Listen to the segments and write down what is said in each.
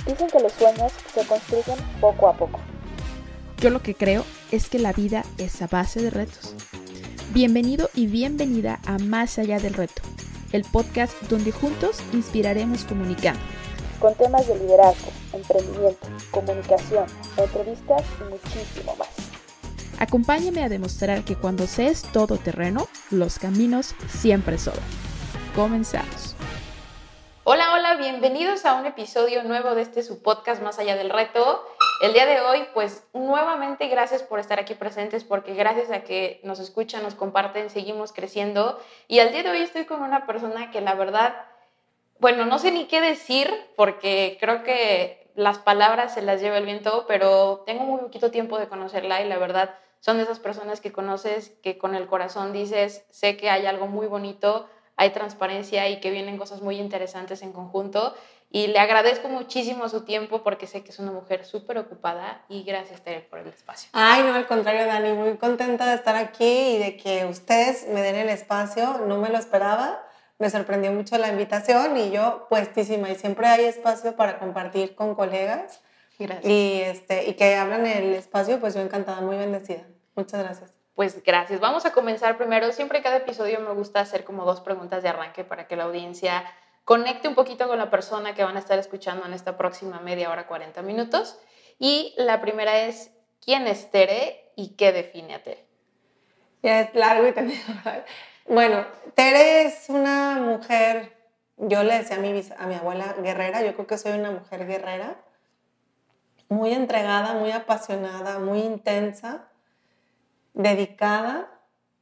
Dicen que los sueños se construyen poco a poco. Yo lo que creo es que la vida es a base de retos. Bienvenido y bienvenida a Más Allá del Reto, el podcast donde juntos inspiraremos comunicando. Con temas de liderazgo, emprendimiento, comunicación, entrevistas y muchísimo más. Acompáñame a demostrar que cuando se es todoterreno, los caminos siempre sobran. Comenzamos. Hola, bienvenidos a un episodio nuevo de su podcast Más Allá del Reto. El día de hoy, pues nuevamente gracias por estar aquí presentes, porque gracias a que nos escuchan, nos comparten, seguimos creciendo. Y al día de hoy estoy con una persona que la verdad, bueno, no sé ni qué decir, porque creo que las palabras se las lleva el viento, pero tengo muy poquito tiempo de conocerla y la verdad son de esas personas que conoces, que con el corazón dices, sé que hay algo muy bonito, hay transparencia y que vienen cosas muy interesantes en conjunto. Y le agradezco muchísimo su tiempo porque sé que es una mujer súper ocupada y gracias, Tere, por el espacio. Ay, no, al contrario, Dani, muy contenta de estar aquí y de que ustedes me den el espacio, no me lo esperaba, me sorprendió mucho la invitación y yo puestísima y siempre hay espacio para compartir con colegas. Gracias. Y que abran el espacio, pues yo encantada, muy bendecida. Muchas gracias. Pues gracias. Vamos a comenzar primero. Siempre en cada episodio me gusta hacer como 2 preguntas de arranque para que la audiencia conecte un poquito con la persona que van a estar escuchando en esta próxima media hora, 40 minutos. Y la primera es, ¿quién es Tere y qué define a Tere? Ya es largo y tendido. Bueno, Tere es una mujer, yo le decía a mi abuela guerrera, yo creo que soy una mujer guerrera, muy entregada, muy apasionada, muy intensa, dedicada,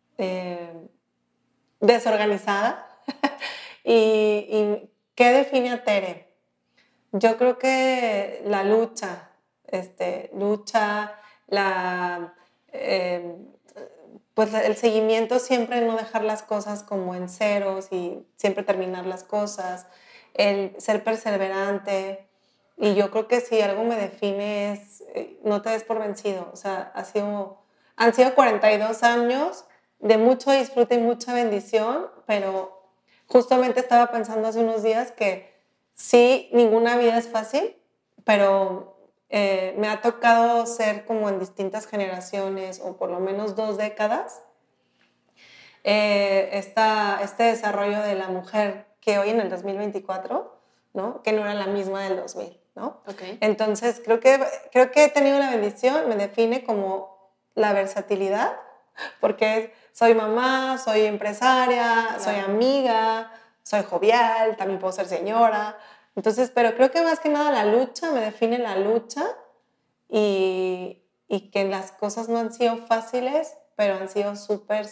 desorganizada. ¿Y qué define a Tere? Yo creo que la lucha, pues el seguimiento, siempre no dejar las cosas como en ceros y siempre terminar las cosas, el ser perseverante. Y yo creo que si algo me define es no te des por vencido. O sea, han sido 42 años de mucho disfrute y mucha bendición, pero justamente estaba pensando hace unos días que sí, ninguna vida es fácil, pero me ha tocado ser como en distintas generaciones o por lo menos 2 décadas este desarrollo de la mujer que hoy en el 2024, ¿no? Que no era la misma del 2000, ¿no? Okay. Entonces creo que he tenido la bendición, me define como la versatilidad, porque soy mamá, soy empresaria, claro, soy amiga, soy jovial, también puedo ser señora. Entonces, pero creo que más que nada la lucha, me define la lucha y que las cosas no han sido fáciles, pero han sido súper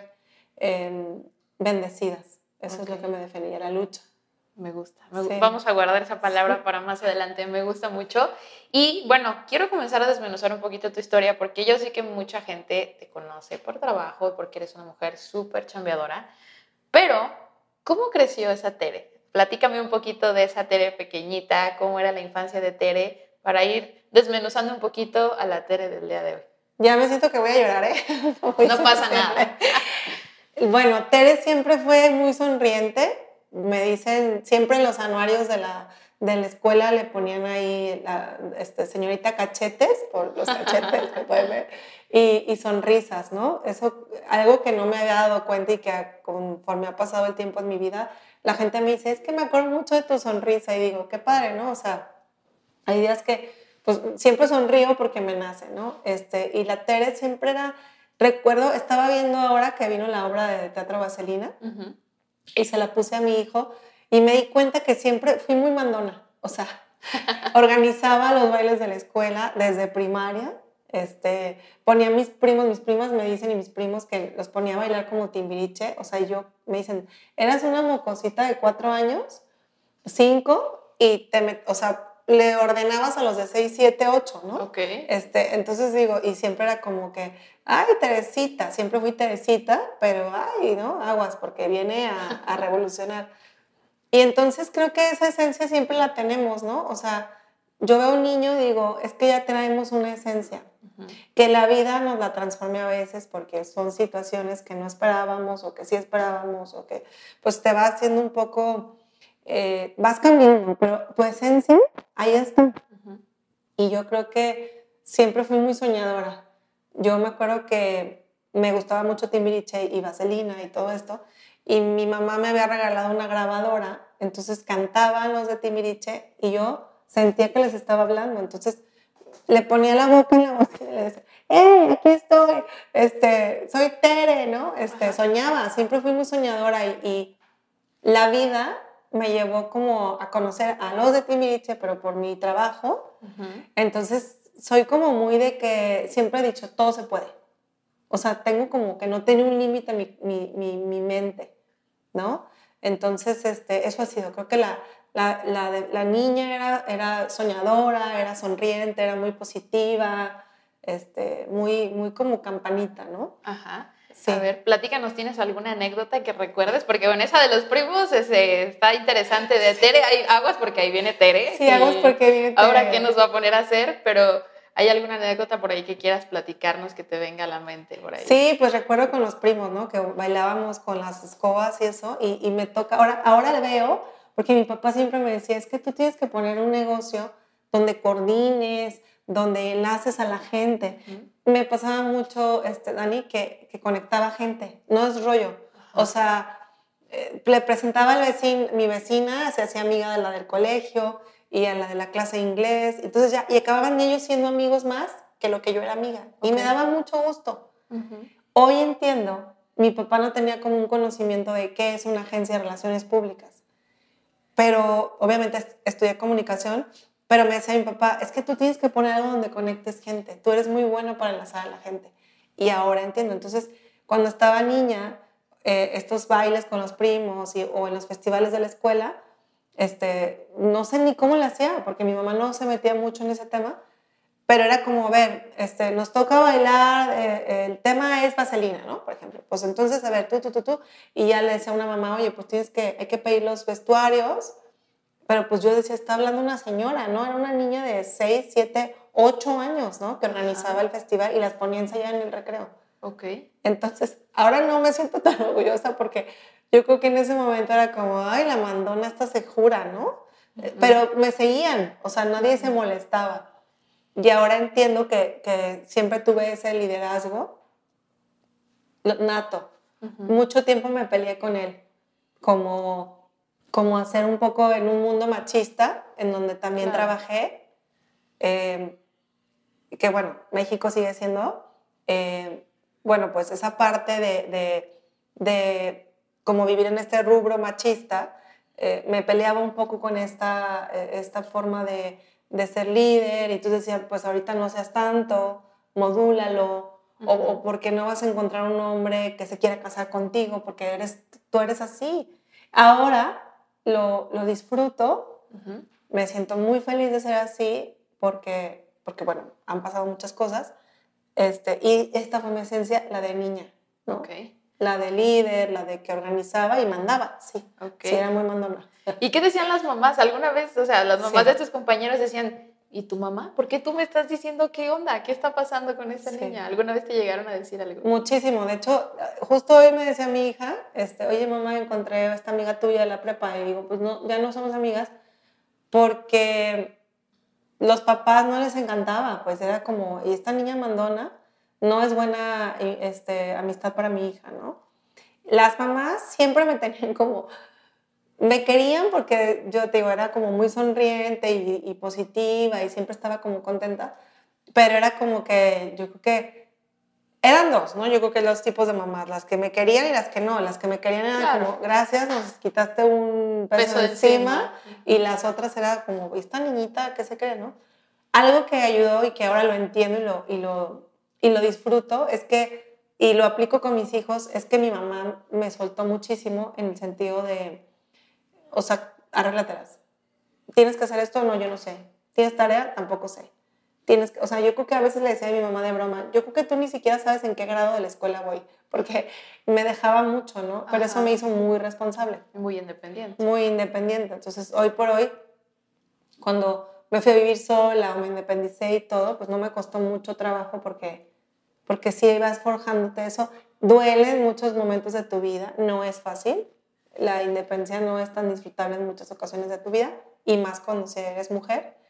bendecidas. Eso okay. Es lo que me definía, la lucha. Me gusta. Sí. Vamos a guardar esa palabra sí. Para más adelante. Me gusta mucho. Y bueno, quiero comenzar a desmenuzar un poquito tu historia porque yo sé que mucha gente te conoce por trabajo, porque eres una mujer súper chambeadora. Pero, ¿cómo creció esa Tere? Platícame un poquito de esa Tere pequeñita, cómo era la infancia de Tere, para ir desmenuzando un poquito a la Tere del día de hoy. Ya me siento que voy a llorar, ¿eh? No pasa nada. Bueno, Tere siempre fue muy sonriente. Me dicen, siempre en los anuarios de la escuela le ponían ahí señorita cachetes, por los cachetes que pueden ver, y sonrisas, ¿no? Eso, algo que no me había dado cuenta y que conforme ha pasado el tiempo en mi vida, la gente me dice, es que me acuerdo mucho de tu sonrisa, y digo, qué padre, ¿no? O sea, hay días que pues siempre sonrío porque me nace, ¿no? Y la Tere siempre era, recuerdo, estaba viendo ahora que vino la obra de Teatro Vaselina, uh-huh, y se la puse a mi hijo y me di cuenta que siempre fui muy mandona, o sea, organizaba los bailes de la escuela desde primaria, ponía a mis primas me dicen, y mis primos que los ponía a bailar como Timbiriche, o sea, me dicen, eras una mocosita de 4 años, 5, y o sea, le ordenabas a los de 6, 7, 8, ¿no? Ok. Entonces digo, y siempre era como que, ay, Teresita, siempre fui Teresita, pero ay, ¿no? Aguas, porque viene a revolucionar. Y entonces creo que esa esencia siempre la tenemos, ¿no? O sea, yo veo un niño y digo, es que ya traemos una esencia, uh-huh, que la vida nos la transforme a veces porque son situaciones que no esperábamos o que sí esperábamos o que pues te va haciendo un poco, vas cambiando, pero tu esencia ahí está. Ujú. Y yo creo que siempre fui muy soñadora. Yo me acuerdo que me gustaba mucho Timbiriche y Vaselina y todo esto, y mi mamá me había regalado una grabadora, entonces cantaban los de Timbiriche y yo sentía que les estaba hablando, entonces le ponía la boca en la bocina y le decía, aquí estoy, soy Tere, ¿no? Soñaba, siempre fui muy soñadora y la vida me llevó como a conocer a los de Timbiriche, pero por mi trabajo. Ujú. Entonces, soy como muy de que siempre he dicho, todo se puede. O sea, tengo como que no tiene un límite mi mente, ¿no? Entonces, eso ha sido. Creo que la niña era soñadora, era sonriente, era muy positiva, muy como campanita, ¿no? Ajá. Sí. A ver, platícanos, ¿tienes alguna anécdota que recuerdes? Porque bueno, esa de los primos está interesante. De Tere, hay aguas porque ahí viene Tere. Sí, aguas porque viene Tere. Ahora, ¿qué nos va a poner a hacer? Pero ¿hay alguna anécdota por ahí que quieras platicarnos que te venga a la mente por ahí? Sí, pues recuerdo con los primos, ¿no? Que bailábamos con las escobas y eso, y me toca, ahora le veo, porque mi papá siempre me decía, es que tú tienes que poner un negocio donde coordines, donde enlaces a la gente. Me pasaba mucho, Dani, que conectaba gente, no es rollo. O sea, le presentaba al mi vecina, se hacía amiga de la del colegio y a la de la clase de inglés, entonces ya, y acababan ellos siendo amigos más que lo que yo era amiga. Y me daba mucho gusto. Uh-huh. Hoy entiendo, mi papá no tenía como un conocimiento de qué es una agencia de relaciones públicas, pero obviamente estudié comunicación, pero me decía mi papá, es que tú tienes que poner algo donde conectes gente, tú eres muy bueno para enlazar a la gente. Y ahora entiendo. Entonces, cuando estaba niña, estos bailes con los primos o en los festivales de la escuela, no sé ni cómo lo hacía, porque mi mamá no se metía mucho en ese tema, pero era como, a ver, nos toca bailar, el tema es Vaselina, ¿no? Por ejemplo. Pues entonces, a ver, tú, y ya le decía a una mamá, oye, pues hay que pedir los vestuarios, pero pues yo decía, está hablando una señora, ¿no? Era una niña de 6, 7, 8 años, ¿no? Que organizaba el festival y las ponía a ensayar en el recreo. Ok. Entonces, ahora no me siento tan orgullosa porque yo creo que en ese momento era como, ay, la mandona esta se jura, ¿no? Pero me seguían, o sea, nadie se molestaba. Y ahora entiendo que siempre tuve ese liderazgo nato. Mucho tiempo me peleé con él, como hacer un poco en un mundo machista, en donde también trabajé, que bueno, México sigue siendo, bueno, pues esa parte de como vivir en este rubro machista, me peleaba un poco con esta forma de ser líder, y tú decías, pues ahorita no seas tanto, modúlalo, o porque no vas a encontrar un hombre que se quiera casar contigo, porque tú eres así. Ahora lo disfruto, me siento muy feliz de ser así, porque bueno, han pasado muchas cosas, y esta fue mi esencia, la de niña, ¿no? Okay. La de líder, la de que organizaba y mandaba, sí. Okay. Sí, era muy mandona. ¿Y qué decían las mamás? ¿Alguna vez, o sea, las mamás de tus compañeros decían, ¿y tu mamá? ¿Por qué tú me estás diciendo qué onda? ¿Qué está pasando con esta niña? ¿Alguna vez te llegaron a decir algo? Muchísimo. De hecho, justo hoy me decía mi hija, oye, mamá, encontré a esta amiga tuya de la prepa. Y digo, pues no, ya no somos amigas porque los papás no les encantaba. Pues era como, y esta niña mandona no es buena amistad para mi hija, ¿no? Las mamás siempre me tenían como... Me querían porque yo te digo, era como muy sonriente y positiva y siempre estaba como contenta, pero era como que yo creo que eran dos, ¿no? Yo creo que los tipos de mamás, las que me querían y las que no. Las que me querían eran como, gracias, nos quitaste un peso de encima, y las otras era como, esta niñita, ¿qué se cree, no? Algo que ayudó y que ahora lo entiendo y lo disfruto es que, y lo aplico con mis hijos, es que mi mamá me soltó muchísimo en el sentido de, o sea, arréglatelas. ¿Tienes que hacer esto? No, yo no sé. ¿Tienes tarea? Tampoco sé. O sea, yo creo que a veces le decía a mi mamá de broma, yo creo que tú ni siquiera sabes en qué grado de la escuela voy, porque me dejaba mucho, ¿no? Pero eso me hizo muy responsable. Muy independiente. Muy independiente. Entonces, hoy por hoy, cuando me fui a vivir sola o me independicé y todo, pues no me costó mucho trabajo porque sí ibas forjándote eso. Duele en muchos momentos de tu vida, no es fácil. La independencia no es tan disfrutable en muchas ocasiones de tu vida, y más cuando eres mujer,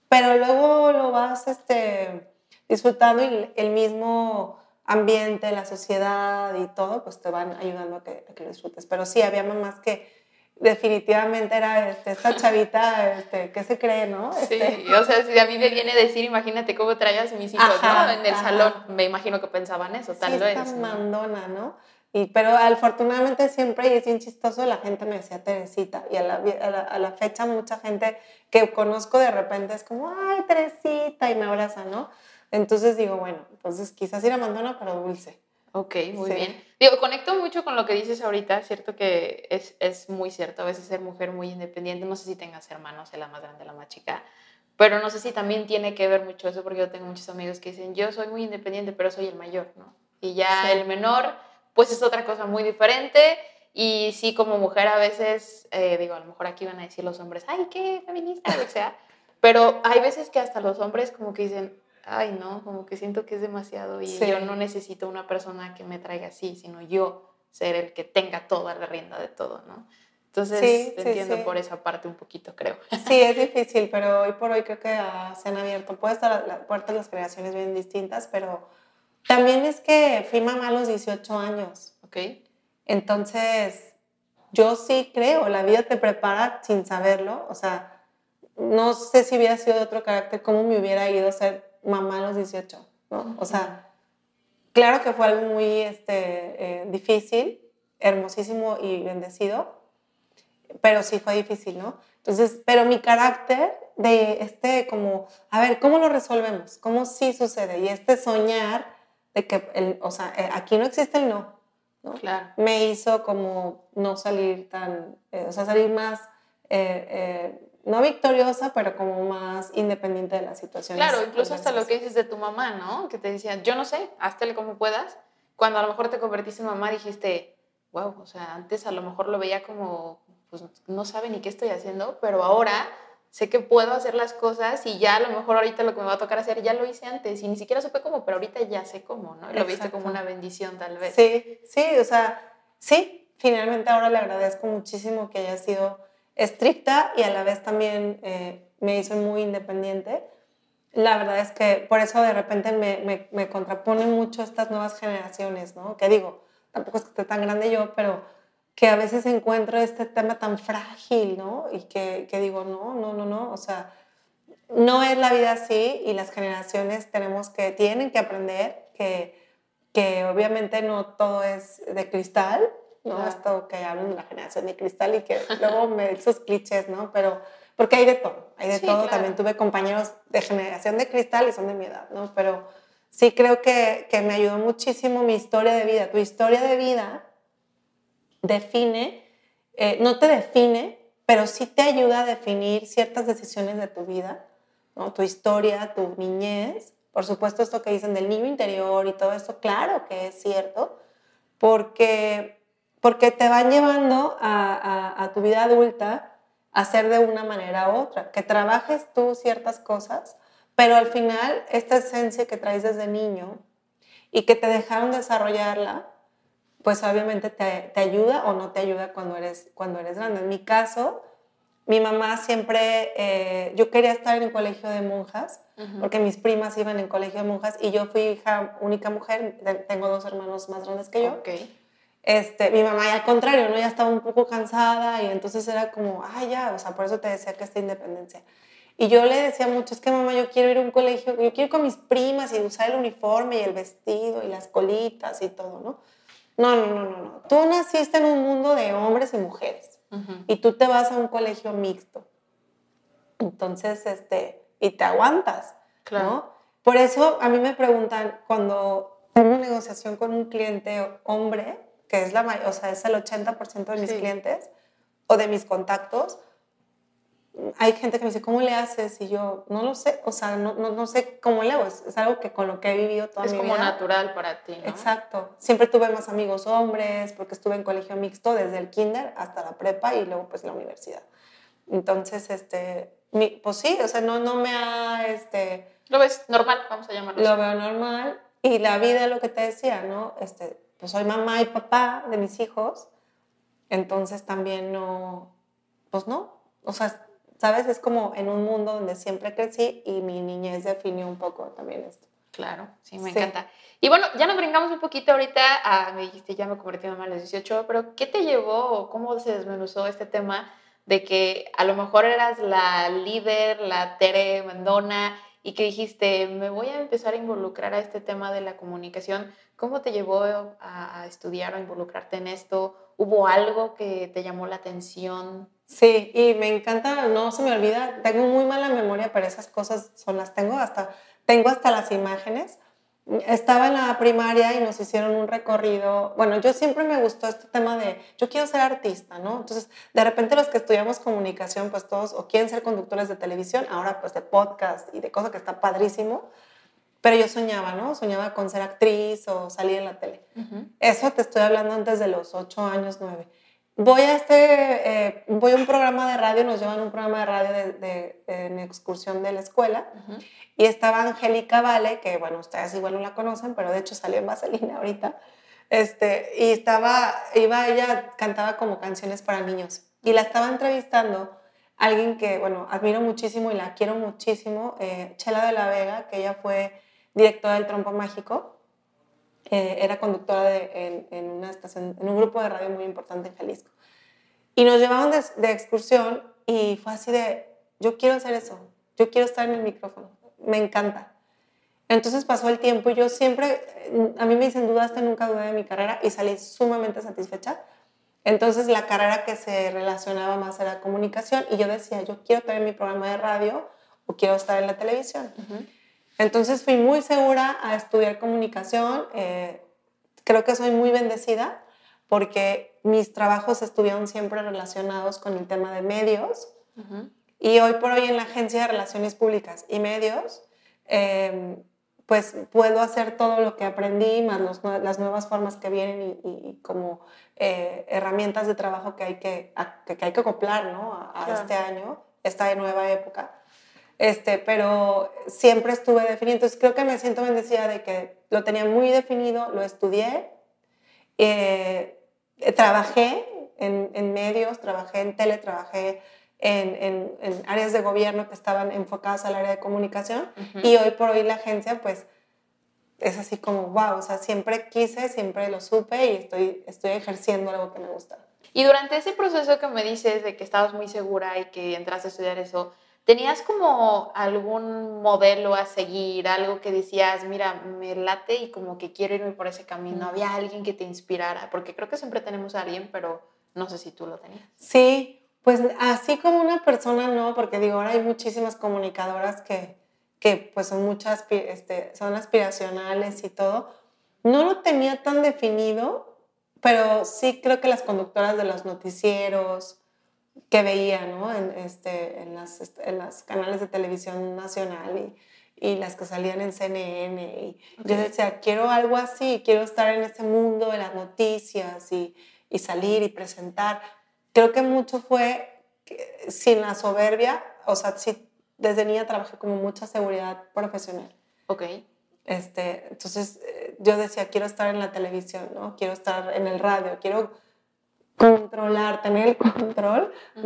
pero luego lo vas disfrutando y el mismo ambiente, la sociedad y todo, pues te van ayudando a que lo disfrutes. Pero sí, había mamás que definitivamente era esta chavita, ¿qué se cree, no? Sí, o sea, si a mí me viene a decir, imagínate cómo traías a mis hijos, Ajá, ¿no? En el salón, me imagino que pensaban eso, tal vez. esta ¿no? mandona, ¿no? Pero afortunadamente siempre, y es bien chistoso, la gente me decía Teresita, y a la fecha mucha gente que conozco de repente es como, ay, Teresita, y me abraza, ¿no? Entonces digo, bueno, entonces quizás era mandona, pero dulce. Ok, muy Sí. bien. Digo, conecto mucho con lo que dices ahorita, cierto que es muy cierto, a veces ser mujer muy independiente, no sé si tengas hermanos, la más grande, la más chica, pero no sé si también tiene que ver mucho eso, porque yo tengo muchos amigos que dicen, yo soy muy independiente, pero soy el mayor, ¿no? Y ya Sí. el menor, pues es otra cosa muy diferente, y sí, como mujer a veces, digo, a lo mejor aquí van a decir los hombres, ay, qué feminista, o sea, pero hay veces que hasta los hombres como que dicen, ay, no, como que siento que es demasiado y Sí. yo no necesito una persona que me traiga así, sino yo ser el que tenga toda la rienda de todo, ¿no? Entonces, Sí, te sí, entiendo sí. por esa parte un poquito, creo. Sí, es difícil, pero hoy por hoy creo que se han abierto. Puede estar la puerta de las generaciones bien distintas, pero también es que fui mamá a los 18 años. ¿Ok? Entonces, yo sí creo, la vida te prepara sin saberlo. O sea, no sé si hubiera sido de otro carácter, cómo me hubiera ido a ser mamá a los 18, ¿no? O sea, claro que fue algo muy difícil, hermosísimo y bendecido, pero sí fue difícil, ¿no? Entonces, pero mi carácter de como, a ver, ¿cómo lo resolvemos? ¿Cómo sí sucede? Y soñar de que, o sea, aquí no existe el no, ¿no? Claro. Me hizo como no salir tan, o sea, salir más, no victoriosa, pero como más independiente de las situaciones. Claro, incluso hasta lo adversas. que dices de tu mamá, ¿no? Que te decía, yo no sé, háztele como puedas. Cuando a lo mejor te convertiste en mamá dijiste, wow, o sea, antes a lo mejor lo veía como, pues no sabe ni qué estoy haciendo, pero ahora sé que puedo hacer las cosas y ya a lo mejor ahorita lo que me va a tocar hacer ya lo hice antes y ni siquiera supe cómo, pero ahorita ya sé cómo, ¿no? Y lo viste como una bendición tal vez. Sí, sí, o sea, sí, finalmente ahora le agradezco muchísimo que haya sido estricta y a la vez también me hizo muy independiente. La verdad es que por eso de repente me contraponen mucho estas nuevas generaciones, ¿no? Que digo, tampoco es que esté tan grande yo, pero que a veces encuentro este tema tan frágil, ¿no? Y que digo, no, o sea, no es la vida así y las generaciones tienen que aprender que obviamente no todo es de cristal, ¿no? Claro. Esto que hablan de la generación de cristal y que luego esos clichés, ¿no? Pero porque hay de todo, Sí, todo. claro. También tuve compañeros de generación de cristal y son de mi edad, ¿no? Pero sí creo que me ayudó muchísimo mi historia de vida. Tu historia de vida define, no te define, pero sí te ayuda a definir ciertas decisiones de tu vida, ¿no? Tu historia, tu niñez. Por supuesto, esto que dicen del niño interior y todo esto, claro que es cierto, porque te van llevando a tu vida adulta a ser de una manera u otra, que trabajes tú ciertas cosas, pero al final esta esencia que traes desde niño y que te dejaron desarrollarla, pues obviamente te ayuda o no te ayuda cuando eres grande. En mi caso, mi mamá siempre, yo quería estar en el colegio de monjas, porque mis primas iban en colegio de monjas y yo fui hija única mujer, tengo 2 hermanos más grandes que yo. Okay. Mi mamá ya al contrario, ¿no? Ya estaba un poco cansada y entonces era como, ay, ya, o sea, por eso te decía que esta independencia. Y yo le decía mucho, es que mamá, yo quiero ir a un colegio, yo quiero ir con mis primas y usar el uniforme y el vestido y las colitas y todo, ¿no? No. Tú naciste en un mundo de hombres y mujeres y tú te vas a un colegio mixto. Entonces, y te aguantas, Claro. ¿no? Por eso a mí me preguntan cuando tengo una negociación con un cliente hombre, que es o sea, es el 80% de mis Sí. clientes o de mis contactos, hay gente que me dice, ¿cómo le haces? Y yo, no lo sé, o sea, no sé cómo le hago, es algo que con lo que he vivido toda mi vida. Es como natural para ti, ¿no? Exacto. Siempre tuve más amigos hombres porque estuve en colegio mixto desde el kinder hasta la prepa y luego pues la universidad. Entonces, pues sí, o sea, no me ha, Lo ves normal, vamos a llamarlo lo así. veo normal y la vida, lo que te decía, ¿no? Pues soy mamá y papá de mis hijos, entonces también no, pues no, o sea, ¿sabes? Es como en un mundo donde siempre crecí y mi niñez definió un poco también esto. Claro, sí, me encanta. Y bueno, ya nos brincamos un poquito ahorita me dijiste, ya me convertí en mamá a los 18, pero ¿qué te llevó o cómo se desmenuzó este tema de que a lo mejor eras la líder, la Tere mandona, y que dijiste, me voy a empezar a involucrar a este tema de la comunicación? ¿Cómo te llevó a estudiar o a involucrarte en esto? ¿Hubo algo que te llamó la atención? Sí, y me encanta, no se me olvida, tengo muy mala memoria para esas cosas, tengo hasta las imágenes. Estaba en la primaria y nos hicieron un recorrido. Bueno, yo siempre me gustó este tema de, yo quiero ser artista, ¿no? Entonces, de repente los que estudiamos comunicación, pues todos o quieren ser conductores de televisión, ahora pues de podcast y de cosas que está padrísimo, pero yo soñaba, ¿no? Soñaba con ser actriz o salir en la tele. Uh-huh. Eso te estoy hablando antes de los 8 años, 9. Voy a un programa de radio, nos llevan a un programa de radio en excursión de la escuela, uh-huh. Y estaba Angélica Vale, que bueno, ustedes igual no la conocen, pero de hecho salió en Vaselina ahorita, ella cantaba como canciones para niños, y la estaba entrevistando alguien que, bueno, admiro muchísimo y la quiero muchísimo, Chela de la Vega, que ella fue directora del Trompo Mágico. Era conductora en una estación, en un grupo de radio muy importante en Jalisco. Y nos llevaron de excursión y fue así de, yo quiero hacer eso, yo quiero estar en el micrófono, me encanta. Entonces pasó el tiempo y yo siempre, a mí me dicen, dudaste, nunca dudé de mi carrera y salí sumamente satisfecha. Entonces la carrera que se relacionaba más era comunicación y yo decía, yo quiero tener mi programa de radio o quiero estar en la televisión. Uh-huh. Entonces fui muy segura a estudiar comunicación. Creo que soy muy bendecida porque mis trabajos estuvieron siempre relacionados con el tema de medios. Uh-huh. Y hoy por hoy en la Agencia de Relaciones Públicas y Medios, pues puedo hacer todo lo que aprendí, más las nuevas formas que vienen y como herramientas de trabajo que hay que acoplar, ¿no? a claro. Este año, esta nueva época. Pero siempre estuve definido, entonces creo que me siento bendecida de que lo tenía muy definido, lo estudié, trabajé en medios, trabajé en tele, trabajé en áreas de gobierno que estaban enfocadas al área de comunicación. Uh-huh. Y hoy por hoy la agencia pues es así como wow, o sea, siempre quise, siempre lo supe y estoy ejerciendo algo que me gusta. Y durante ese proceso que me dices de que estabas muy segura y que entraste a estudiar eso, ¿tenías como algún modelo a seguir, algo que decías, mira, me late y como que quiero irme por ese camino? ¿Había alguien que te inspirara? Porque creo que siempre tenemos a alguien, pero no sé si tú lo tenías. Sí, pues así como una persona no, porque digo, ahora hay muchísimas comunicadoras que pues son muchas, son aspiracionales y todo. No lo tenía tan definido, pero sí creo que las conductoras de los noticieros que veía, ¿no? en las canales de televisión nacional y las que salían en CNN. Y okay. Yo decía, quiero algo así, quiero estar en ese mundo de las noticias y salir y presentar. Creo que mucho fue sin la soberbia, o sea, sí, desde niña trabajé como mucha seguridad profesional. Ok. Entonces yo decía, quiero estar en la televisión, ¿no? Quiero estar en el radio, quiero controlar, tener el control uh-huh.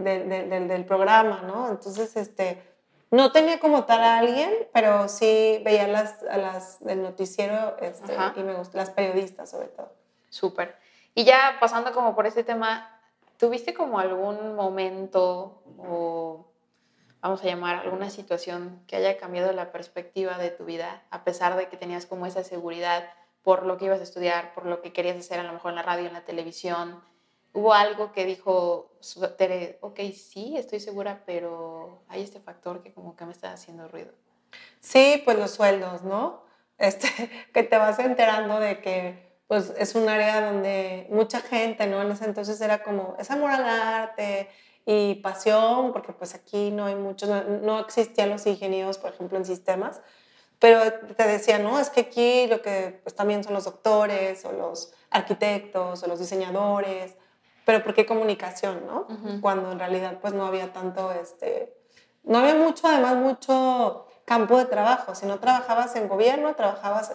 del programa, ¿no? Entonces, no tenía como tal a alguien, pero sí veía a las del noticiero uh-huh. y me gustó, las periodistas sobre todo. Súper. Y ya pasando como por este tema, ¿tuviste como algún momento o vamos a llamar alguna situación que haya cambiado la perspectiva de tu vida a pesar de que tenías como esa seguridad por lo que ibas a estudiar, por lo que querías hacer a lo mejor en la radio, en la televisión? ¿Hubo algo que dijo, Tere, ok, sí, estoy segura, pero hay este factor que como que me está haciendo ruido? Sí, pues los sueldos, ¿no? Que te vas enterando de que pues, es un área donde mucha gente, ¿no? En ese entonces era como, es amor al arte y pasión, porque pues aquí no hay muchos, no existían los ingenieros, por ejemplo, en sistemas, pero te decían, no, es que aquí lo que pues, también son los doctores o los arquitectos o los diseñadores, pero ¿por qué comunicación, no? Uh-huh. Cuando en realidad pues no había tanto, no había mucho campo de trabajo. Si no trabajabas en gobierno, trabajabas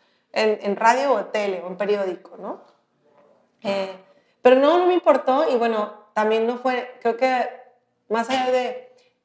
en radio o tele o en periódico, ¿no? Pero no me importó y bueno, también no fue, creo que más allá de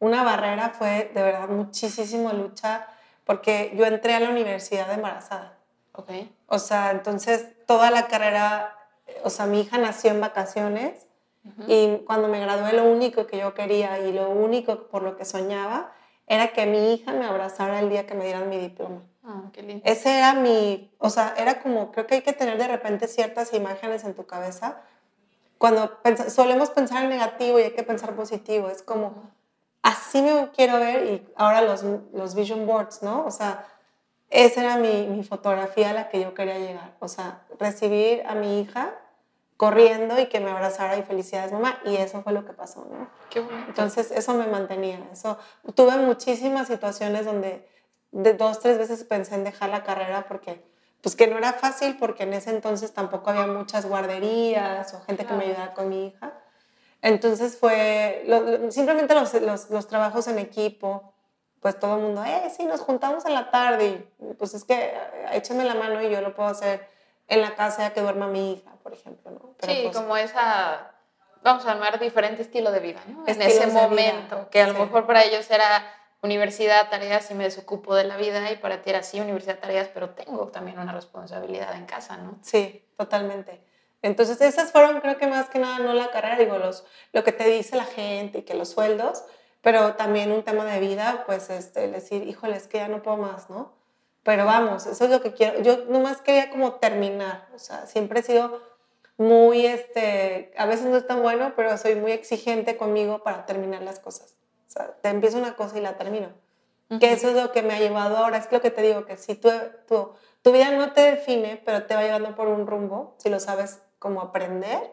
una barrera fue de verdad muchísima lucha porque yo entré a la universidad embarazada. Okay. O sea, entonces toda la carrera, o sea, mi hija nació en vacaciones y cuando me gradué lo único que yo quería y lo único por lo que soñaba era que mi hija me abrazara el día que me dieran mi diploma. Qué lindo. Ese era o sea, era como, creo que hay que tener de repente ciertas imágenes en tu cabeza. Cuando solemos pensar en negativo y hay que pensar positivo, es como, así me quiero ver y ahora los vision boards, ¿no? O sea, esa era mi fotografía a la que yo quería llegar. O sea, recibir a mi hija corriendo y que me abrazara y felicidades, mamá. Y eso fue lo que pasó, ¿no? Qué bonito. Entonces, eso me mantenía. Tuve muchísimas situaciones donde de 2, 3 veces pensé en dejar la carrera porque, pues que no era fácil porque en ese entonces tampoco había muchas guarderías o gente que me ayudara con mi hija. Entonces simplemente los trabajos en equipo, pues todo el mundo, sí, nos juntamos en la tarde y pues es que échame la mano y yo lo puedo hacer en la casa ya que duerma mi hija, por ejemplo, ¿no? Pero sí, pues, como vamos a llamar diferente estilo de vida, ¿no? En Estilos ese de vida, momento, que a lo sí. mejor para ellos era universidad, tareas y me desocupo de la vida y para ti era sí, universidad, tareas, pero tengo también una responsabilidad en casa, ¿no? Sí, totalmente. Entonces esas fueron, creo que más que nada, no la carrera, digo, lo que te dice la gente y que los sueldos, pero también un tema de vida, pues decir, híjole, es que ya no puedo más, ¿no? Pero vamos, eso es lo que quiero. Yo nomás quería como terminar, o sea, siempre he sido muy, a veces no es tan bueno, pero soy muy exigente conmigo para terminar las cosas. O sea, te empiezo una cosa y la termino. Que eso es lo que me ha llevado ahora, es lo que te digo, que si tu vida no te define, pero te va llevando por un rumbo, si lo sabes cómo aprender.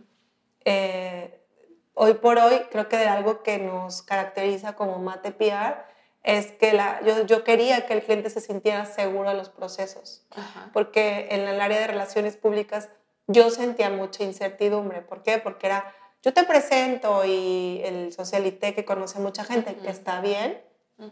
Hoy por hoy, creo que de algo que nos caracteriza como Mate PR es que yo quería que el cliente se sintiera seguro de los procesos, porque en el área de relaciones públicas yo sentía mucha incertidumbre. ¿Por qué? Porque yo te presento y el socialité que conoce a mucha gente, que está bien,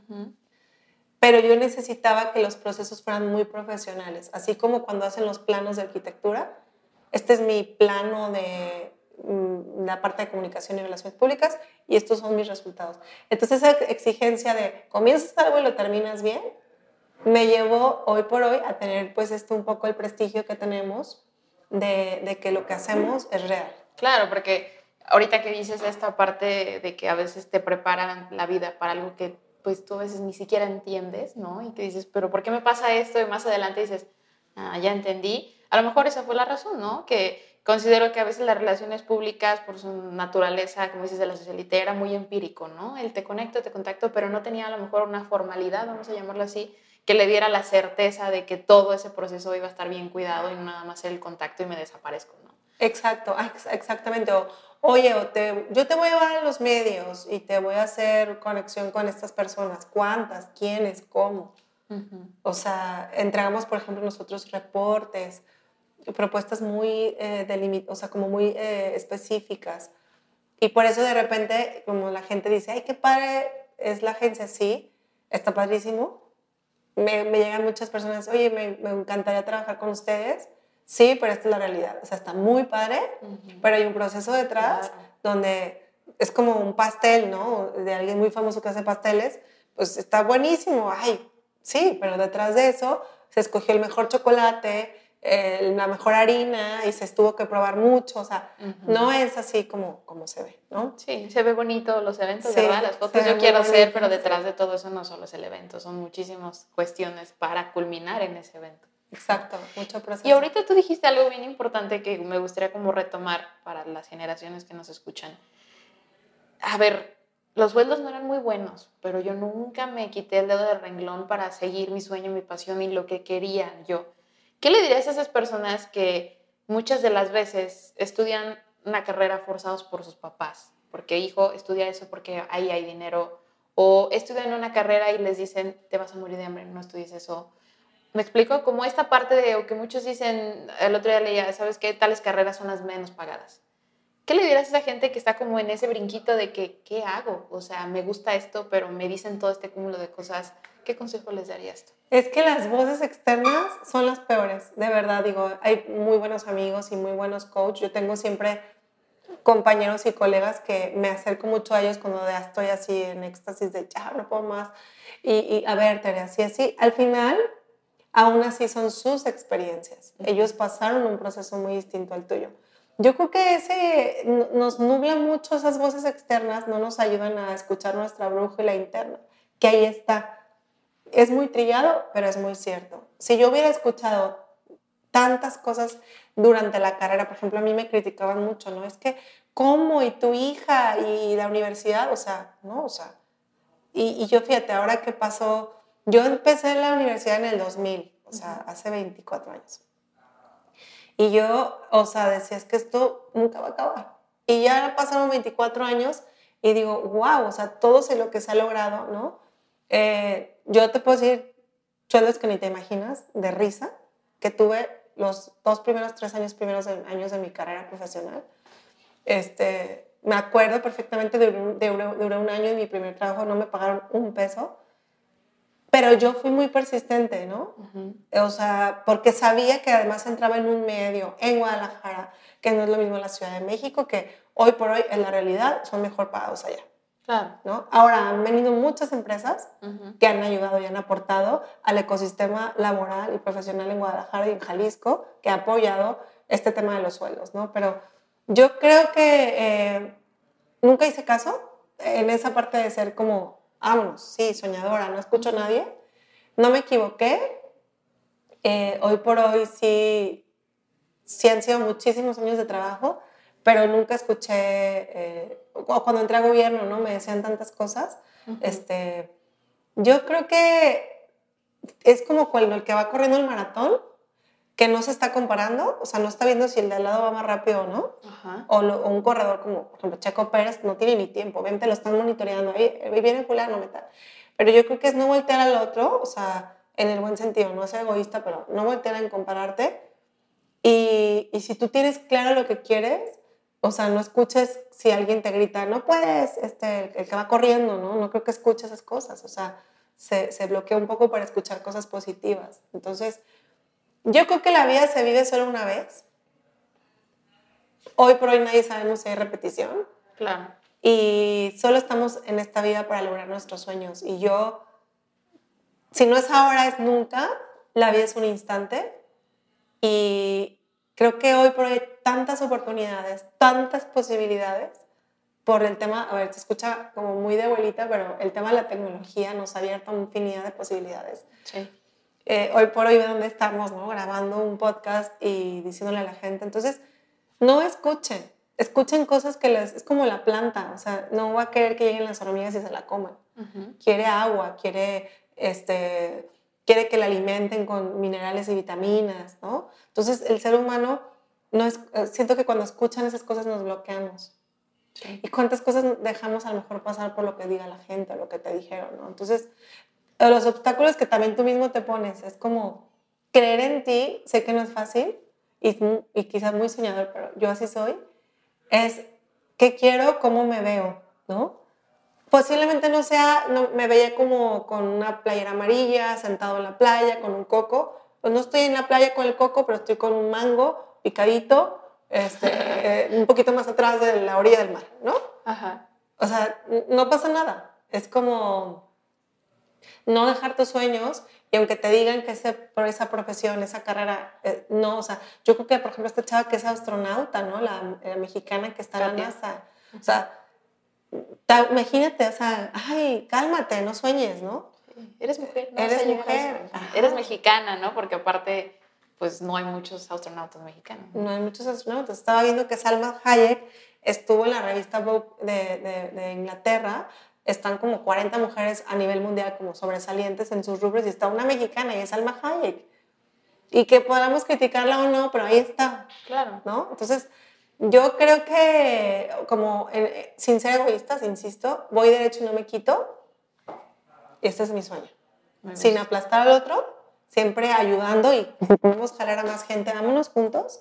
pero yo necesitaba que los procesos fueran muy profesionales, así como cuando hacen los planos de arquitectura. Este es mi plano de la parte de comunicación y relaciones públicas y estos son mis resultados. Entonces esa exigencia de comienzas algo y lo terminas bien, me llevó hoy por hoy a tener pues un poco el prestigio que tenemos de que lo que hacemos es real. Claro, porque ahorita que dices esta parte de que a veces te preparan la vida para algo que pues tú a veces ni siquiera entiendes, ¿no? Y que dices, pero ¿por qué me pasa esto? Y más adelante dices, ya entendí. A lo mejor esa fue la razón, ¿no? Que considero que a veces las relaciones públicas, por su naturaleza, como dices, de la socialité, era muy empírico, ¿no? El te conecto, te contacto, pero no tenía a lo mejor una formalidad, vamos a llamarlo así, que le diera la certeza de que todo ese proceso iba a estar bien cuidado y no nada más el contacto y me desaparezco, ¿no? Exacto, exactamente. Oye, yo te voy a llevar a los medios y te voy a hacer conexión con estas personas. ¿Cuántas? ¿Quiénes? ¿Cómo? O sea, entregamos, por ejemplo, nosotros reportes, propuestas muy como muy específicas. Y por eso de repente, como la gente dice, ay, qué padre es la agencia, sí, está padrísimo. Me llegan muchas personas, oye, me encantaría trabajar con ustedes. Sí, pero esta es la realidad. O sea, está muy padre, pero hay un proceso detrás donde es como un pastel, ¿no? De alguien muy famoso que hace pasteles, pues está buenísimo. Ay, sí, pero detrás de eso se escogió el mejor chocolate, la mejor harina y se tuvo que probar mucho. O sea, no es así como se ve, ¿no? Sí, se ve bonito los eventos, sí, ¿verdad? Las fotos yo quiero hacer, pero detrás de todo eso no solo es el evento, son muchísimas cuestiones para culminar en ese evento. Exacto, mucho proceso. Y ahorita tú dijiste algo bien importante que me gustaría como retomar para las generaciones que nos escuchan. A ver, los sueldos no eran muy buenos, pero yo nunca me quité el dedo del renglón para seguir mi sueño, mi pasión y lo que quería yo. ¿Qué le dirías a esas personas que muchas de las veces estudian una carrera forzados por sus papás? Porque, hijo, estudia eso porque ahí hay dinero. O estudian una carrera y les dicen, te vas a morir de hambre, no estudies eso. ¿Me explico? Como esta parte de que muchos dicen, el otro día leía, ¿sabes qué? Tales carreras son las menos pagadas. ¿Qué le dirás a esa gente que está como en ese brinquito de que, ¿qué hago? O sea, me gusta esto, pero me dicen todo este cúmulo de cosas. ¿Qué consejo les darías tú? Es que las voces externas son las peores, de verdad. Digo, hay muy buenos amigos y muy buenos coaches. Yo tengo siempre compañeros y colegas que me acerco mucho a ellos cuando ya estoy así en éxtasis de ya no puedo más. Y a ver, Tere, así. Al final, aún así son sus experiencias. Ellos pasaron un proceso muy distinto al tuyo. Yo creo que nos nubla mucho esas voces externas, no nos ayudan a escuchar nuestra brújula interna, que ahí está. Es muy trillado, pero es muy cierto. Si yo hubiera escuchado tantas cosas durante la carrera, por ejemplo, a mí me criticaban mucho, ¿no? Es que, ¿cómo? ¿Y tu hija? ¿Y la universidad? O sea, ¿no? O sea, y yo fíjate, ahora que pasó, yo empecé la universidad en el 2000, o sea, hace 24 años. Y yo, o sea, decía, es que esto nunca va a acabar. Y ya pasaron 24 años y digo, wow, o sea, todo lo que se ha logrado, ¿no? Yo te puedo decir sueldos que ni te imaginas, de risa, que tuve los 3 años años de mi carrera profesional. Me acuerdo perfectamente, duré un año y mi primer trabajo no me pagaron un peso, pero yo fui muy persistente, ¿no? O sea, porque sabía que además entraba en un medio en Guadalajara, que no es lo mismo en la Ciudad de México, que hoy por hoy en la realidad son mejor pagados allá. Claro. ¿No? Ahora han venido muchas empresas que han ayudado y han aportado al ecosistema laboral y profesional en Guadalajara y en Jalisco, que ha apoyado este tema de los sueldos, ¿no? Pero yo creo que nunca hice caso en esa parte de ser como, vámonos, sí, soñadora, no escucho a nadie. No me equivoqué. Hoy por hoy sí han sido muchísimos años de trabajo, pero nunca escuché, o cuando entré a gobierno, ¿no? Me decían tantas cosas. Yo creo que es como cuando el que va corriendo el maratón, que no se está comparando, o sea, no está viendo si el de al lado va más rápido o no, o un corredor como, por ejemplo, Checo Pérez no tiene ni tiempo, obviamente lo están monitoreando, ahí viene fulano, meta. Pero yo creo que es no voltear al otro, o sea, en el buen sentido, no ser egoísta, pero no voltear en compararte. Y si tú tienes claro lo que quieres, o sea, no escuches si alguien te grita, no puedes, el que va corriendo, ¿no? No creo que escuche esas cosas, o sea, se bloquea un poco para escuchar cosas positivas. Entonces, yo creo que la vida se vive solo una vez. Hoy por hoy nadie sabemos si hay repetición. Claro. Y solo estamos en esta vida para lograr nuestros sueños. Y yo, si no es ahora, es nunca. La vida es un instante. Y creo que hoy por hoy hay tantas oportunidades, tantas posibilidades por el tema, a ver, se escucha como muy de abuelita, pero el tema de la tecnología nos ha abierto una infinidad de posibilidades. Sí. Hoy por hoy, ¿dónde estamos, no? Grabando un podcast y diciéndole a la gente. Entonces, no escuchen cosas que es como la planta, o sea, no va a querer que lleguen las hormigas y se la coman. Quiere agua, quiere que la alimenten con minerales y vitaminas, ¿no? Entonces, el ser humano, siento que cuando escuchan esas cosas nos bloqueamos. Sí. ¿Y cuántas cosas dejamos a lo mejor pasar por lo que diga la gente o lo que te dijeron, ¿no? Entonces, los obstáculos que también tú mismo te pones, es como creer en ti, sé que no es fácil y quizás muy soñador, pero yo así soy, es qué quiero, cómo me veo, ¿no? Posiblemente no me veía como con una playera amarilla, sentado en la playa, con un coco. Pues no estoy en la playa con el coco, pero estoy con un mango picadito, un poquito más atrás de la orilla del mar, ¿no? Ajá. O sea, no pasa nada. Es como no dejar tus sueños y aunque te digan que por esa profesión, esa carrera, no, o sea, yo creo que, por ejemplo, esta chava que es astronauta, ¿no? La mexicana que está en la NASA, o sea, imagínate, o sea, ay, cálmate, no sueñes, ¿no? Sí. Eres mujer, ¿no? Eres mujer. Eres mexicana, ¿no? Porque aparte, pues no hay muchos astronautas mexicanos. No hay muchos astronautas. Estaba viendo que Salma Hayek estuvo en la revista Vogue de Inglaterra. Están como 40 mujeres a nivel mundial como sobresalientes en sus rubros y está una mexicana y es Salma Hayek. Y que podamos criticarla o no, pero ahí está. Claro. ¿No? Entonces, yo creo que, como sin ser egoístas, insisto, voy derecho y no me quito. Y este es mi sueño. Sin aplastar al otro, siempre ayudando y podemos jalar a más gente, vámonos juntos.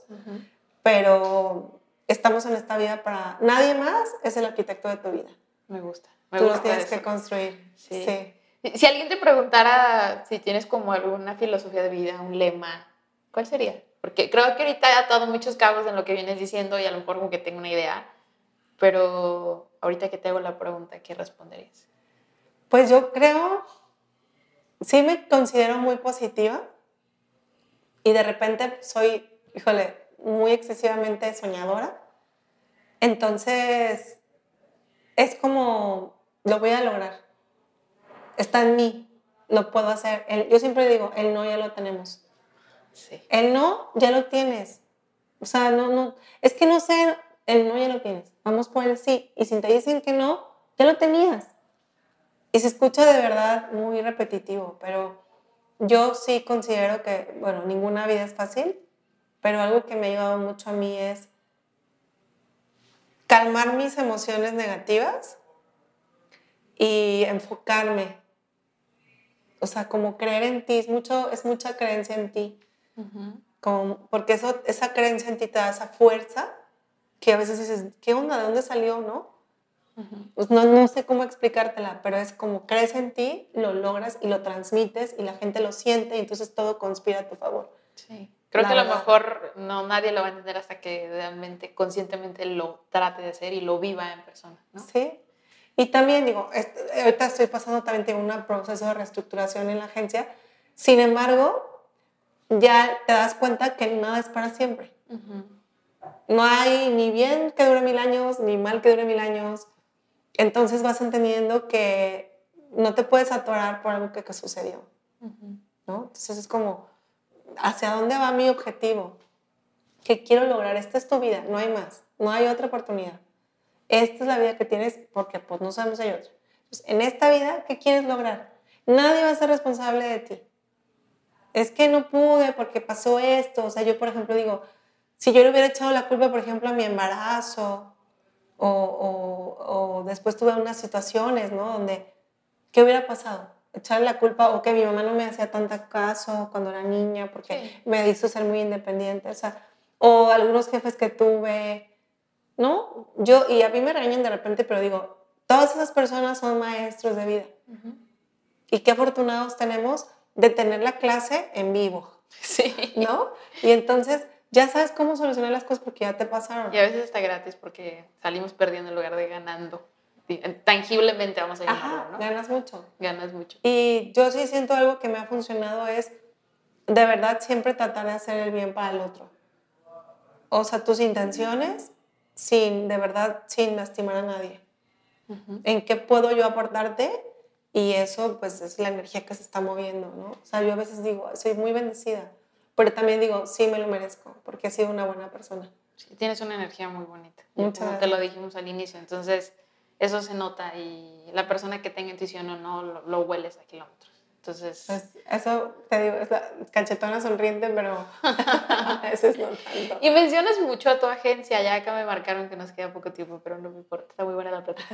Pero estamos en esta vida para... Nadie más es el arquitecto de tu vida. Me gusta. Tú lo tienes que construir. Sí. Sí. Si alguien te preguntara si tienes como alguna filosofía de vida, un lema, ¿cuál sería? Porque creo que ahorita he atado muchos cabos en lo que vienes diciendo y a lo mejor como que tengo una idea, Pero ahorita que te hago la pregunta, ¿qué responderías? Pues yo creo, sí me considero muy positiva y de repente soy, híjole, muy excesivamente soñadora. Entonces, es como, lo voy a lograr. Está en mí, lo puedo hacer. Yo siempre digo, el no ya lo tenemos. Sí. El no ya lo tienes. O sea, no, es que no sé, el no ya lo tienes. Vamos por el sí. Y si te dicen que no, ya lo tenías. Y se escucha de verdad muy repetitivo, pero yo sí considero que, bueno, ninguna vida es fácil, pero algo que me ha ayudado mucho a mí es calmar mis emociones negativas y enfocarme. O sea, como creer en ti, es mucha creencia en ti. Porque esa creencia en ti te da esa fuerza que a veces dices, ¿qué onda? ¿De dónde salió? ¿No? Pues no sé cómo explicártela, pero es como crees en ti, lo logras y lo transmites y la gente lo siente y entonces todo conspira a tu favor. Sí. Creo que a lo mejor nadie lo va a entender hasta que realmente, conscientemente lo trate de hacer y lo viva en persona, ¿no? Sí. Y también digo, ahorita estoy pasando también un proceso de reestructuración en la agencia. Sin embargo, ya te das cuenta que nada es para siempre. No hay ni bien que dure 1000 años, ni mal que dure 1000 años. Entonces vas entendiendo que no te puedes atorar por algo que sucedió. ¿No? Entonces es como, ¿hacia dónde va mi objetivo? ¿Qué quiero lograr? Esta es tu vida, no hay más. No hay otra oportunidad. Esta es la vida que tienes porque pues no sabemos si hay otra. Entonces, en esta vida, ¿qué quieres lograr? Nadie va a ser responsable de ti. Es que no pude porque pasó esto. O sea, yo, por ejemplo, digo, si yo le hubiera echado la culpa, por ejemplo, a mi embarazo o después tuve unas situaciones, ¿no? Donde, ¿qué hubiera pasado? Echarle la culpa o que mi mamá no me hacía tanto caso cuando era niña porque me hizo ser muy independiente. O sea, o algunos jefes que tuve, ¿no? Y a mí me regañan de repente, pero digo, todas esas personas son maestros de vida. Y qué afortunados tenemos de tener la clase en vivo. Sí. ¿No? Y entonces ya sabes cómo solucionar las cosas porque ya te pasaron. Y a veces está gratis porque salimos perdiendo en lugar de ganando. Tangiblemente vamos a llamarlo, ¿no? Ganas mucho. Ganas mucho. Y yo sí siento algo que me ha funcionado es, de verdad, siempre tratar de hacer el bien para el otro. O sea, tus intenciones, de verdad, sin lastimar a nadie. ¿En qué puedo yo aportarte? Y eso, pues, es la energía que se está moviendo, ¿no? O sea, yo a veces digo, soy muy bendecida, pero también digo, sí me lo merezco, porque he sido una buena persona. Sí, tienes una energía muy bonita. Muchas como te lo dijimos al inicio, entonces eso se nota y la persona que tenga intuición o no, lo hueles a kilómetros. Entonces... Pues eso, te digo, es la cachetona sonriente, pero a veces no tanto. Y mencionas mucho a tu agencia, ya acá me marcaron que nos queda poco tiempo, pero no me importa, está muy buena la plática.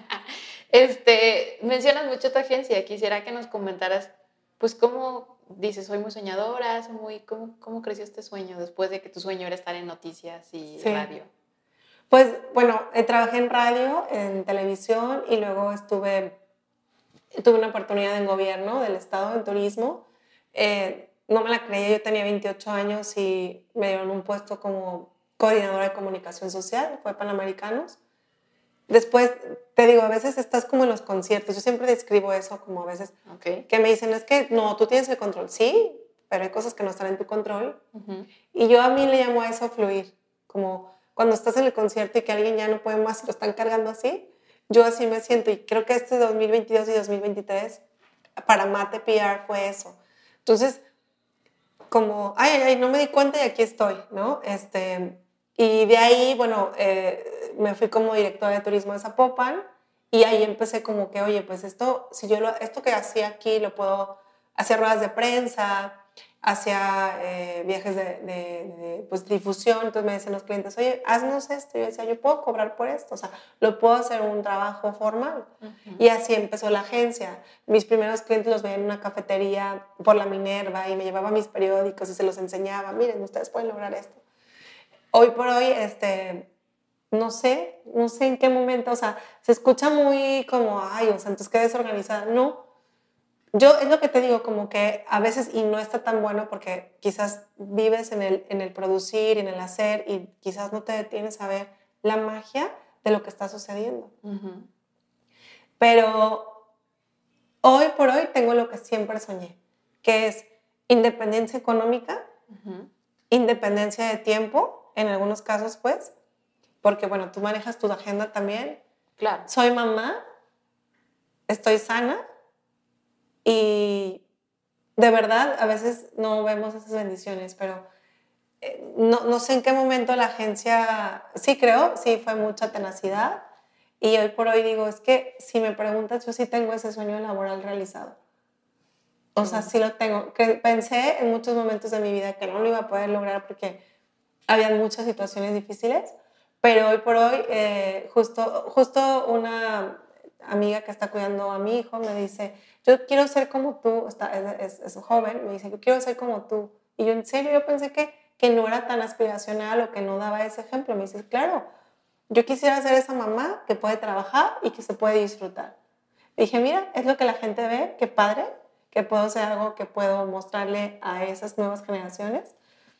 Mencionas mucho a tu agencia, quisiera que nos comentaras, pues, cómo dices, soy muy soñadora, ¿cómo creció este sueño después de que tu sueño era estar en noticias y radio? Pues, bueno, trabajé en radio, en televisión y luego tuve una oportunidad en gobierno del estado, en turismo. No me la creía, yo tenía 28 años y me dieron un puesto como coordinadora de comunicación social, fue Panamericanos. Después, te digo, a veces estás como en los conciertos, yo siempre describo eso como a veces, que me dicen, es que no, tú tienes el control, sí, pero hay cosas que no están en tu control. Y yo a mí le llamo a eso fluir, como cuando estás en el concierto y que alguien ya no puede más y lo están cargando así, yo así me siento y creo que 2022 y 2023 para Mate PR fue eso. Entonces, como, no me di cuenta y aquí estoy, ¿no? Y de ahí, bueno, me fui como directora de turismo de Zapopan y ahí empecé como que, oye, pues esto que hacía aquí lo puedo hacer ruedas de prensa, hacia viajes de difusión. Entonces me decían los clientes, oye, haznos esto. Y yo decía, yo puedo cobrar por esto, o sea, lo puedo hacer un trabajo formal. Y así empezó la agencia. Mis primeros clientes los veía en una cafetería por la Minerva y me llevaba mis periódicos y se los enseñaba, miren, ustedes pueden lograr esto. Hoy por hoy, no sé en qué momento, o sea, se escucha muy como, ay, o sea, entonces qué desorganizada. No, yo es lo que te digo, como que a veces, y no está tan bueno porque quizás vives en el producir, en el hacer y quizás no te detienes a ver la magia de lo que está sucediendo. Uh-huh. Pero hoy por hoy tengo lo que siempre soñé, que es independencia económica, uh-huh. Independencia de tiempo, en algunos casos pues, porque bueno, tú manejas tu agenda también. Claro. Soy mamá, estoy sana y de verdad a veces no vemos esas bendiciones, pero no sé en qué momento la agencia, sí creo, sí fue mucha tenacidad y hoy por hoy digo, es que si me preguntas, yo sí tengo ese sueño laboral realizado. O sea, sí lo tengo. Pensé en muchos momentos de mi vida que no lo iba a poder lograr porque había muchas situaciones difíciles, pero hoy por hoy, justo una amiga que está cuidando a mi hijo me dice, yo quiero ser como tú, es joven, me dice, yo quiero ser como tú. Y yo en serio, yo pensé que no era tan aspiracional o que no daba ese ejemplo. Me dice, claro, yo quisiera ser esa mamá que puede trabajar y que se puede disfrutar. Y dije, mira, es lo que la gente ve, qué padre, que puedo hacer algo que puedo mostrarle a esas nuevas generaciones.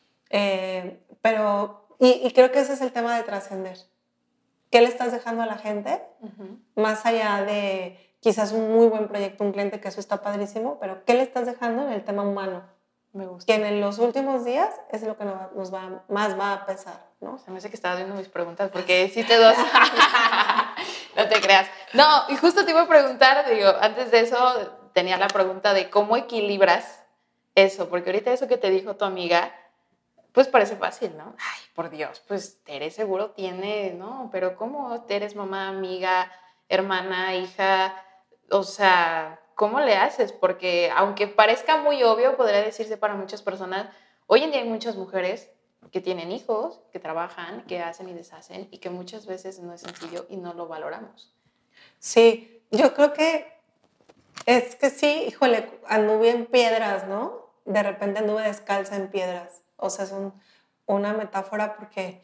Pero creo que ese es el tema de trascender. ¿Qué le estás dejando a la gente? Uh-huh. Más allá de quizás un muy buen proyecto, un cliente, que eso está padrísimo, pero ¿qué le estás dejando en el tema humano? Me gusta. Que en los últimos días es lo que más va a pesar, ¿no? Se me hace que estabas viendo mis preguntas porque hiciste dos. No te creas. No, y justo te iba a preguntar, digo, antes de eso tenía la pregunta de cómo equilibras eso, porque ahorita eso que te dijo tu amiga, pues parece fácil, ¿no? Ay, por Dios, pues Tere seguro tiene, ¿no? Pero ¿cómo Tere es mamá, amiga, hermana, hija? O sea, ¿cómo le haces? Porque aunque parezca muy obvio, podría decirse para muchas personas, hoy en día hay muchas mujeres que tienen hijos, que trabajan, que hacen y deshacen, y que muchas veces no es sencillo y no lo valoramos. Sí, yo creo que es que sí, híjole, anduve en piedras, ¿no? De repente anduve descalza en piedras. O sea, es una metáfora porque,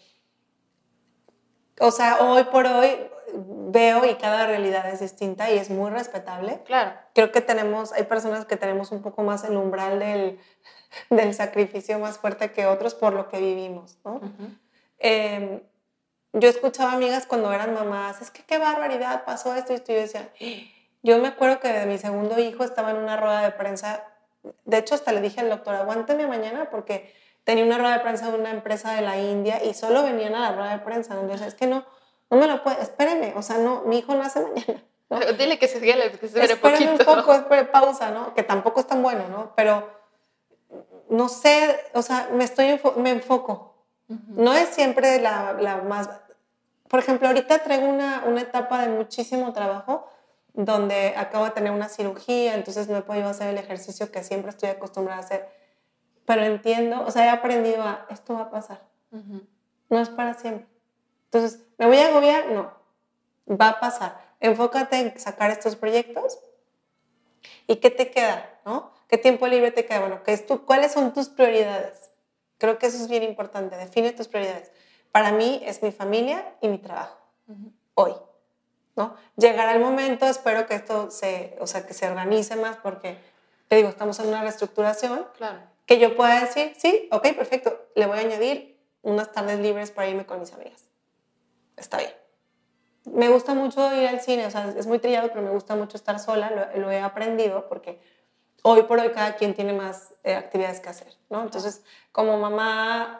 o sea, hoy por hoy veo y cada realidad es distinta y es muy respetable. Claro. Creo que hay personas que tenemos un poco más el umbral del sacrificio más fuerte que otros por lo que vivimos, ¿no? Uh-huh. Yo escuchaba amigas cuando eran mamás, es que qué barbaridad, pasó esto y esto, y yo decía, yo me acuerdo que de mi segundo hijo estaba en una rueda de prensa, de hecho hasta le dije al doctor, aguánteme mañana porque tenía una rueda de prensa de una empresa de la India y solo venían a la rueda de prensa, donde yo decía, es que no me lo puede, espéreme, o sea, no, mi hijo nace mañana, ¿no? Dile que se espere espéreme poquito. un poco, espere pausa, ¿no? Que tampoco es tan bueno, ¿no? Pero no sé, o sea, me enfoco. Uh-huh. No es siempre la más... Por ejemplo, ahorita traigo una etapa de muchísimo trabajo donde acabo de tener una cirugía, entonces no he podido hacer el ejercicio que siempre estoy acostumbrada a hacer. Pero entiendo, o sea, he aprendido esto va a pasar. Uh-huh. No es para siempre. Entonces, ¿me voy a agobiar? No. Va a pasar. Enfócate en sacar estos proyectos. ¿Y qué te queda? ¿No? ¿Qué tiempo libre te queda? Bueno, ¿cuáles son tus prioridades? Creo que eso es bien importante. Define tus prioridades. Para mí es mi familia y mi trabajo. Uh-huh. Hoy. ¿No? Llegará el momento, espero que esto que se organice más porque, te digo, estamos en una reestructuración. Claro. Que yo pueda decir, sí, ok, perfecto, le voy a añadir unas tardes libres para irme con mis amigas. Está bien. Me gusta mucho ir al cine, o sea, es muy trillado, pero me gusta mucho estar sola, lo he aprendido porque hoy por hoy cada quien tiene más actividades que hacer, ¿no? Entonces, como mamá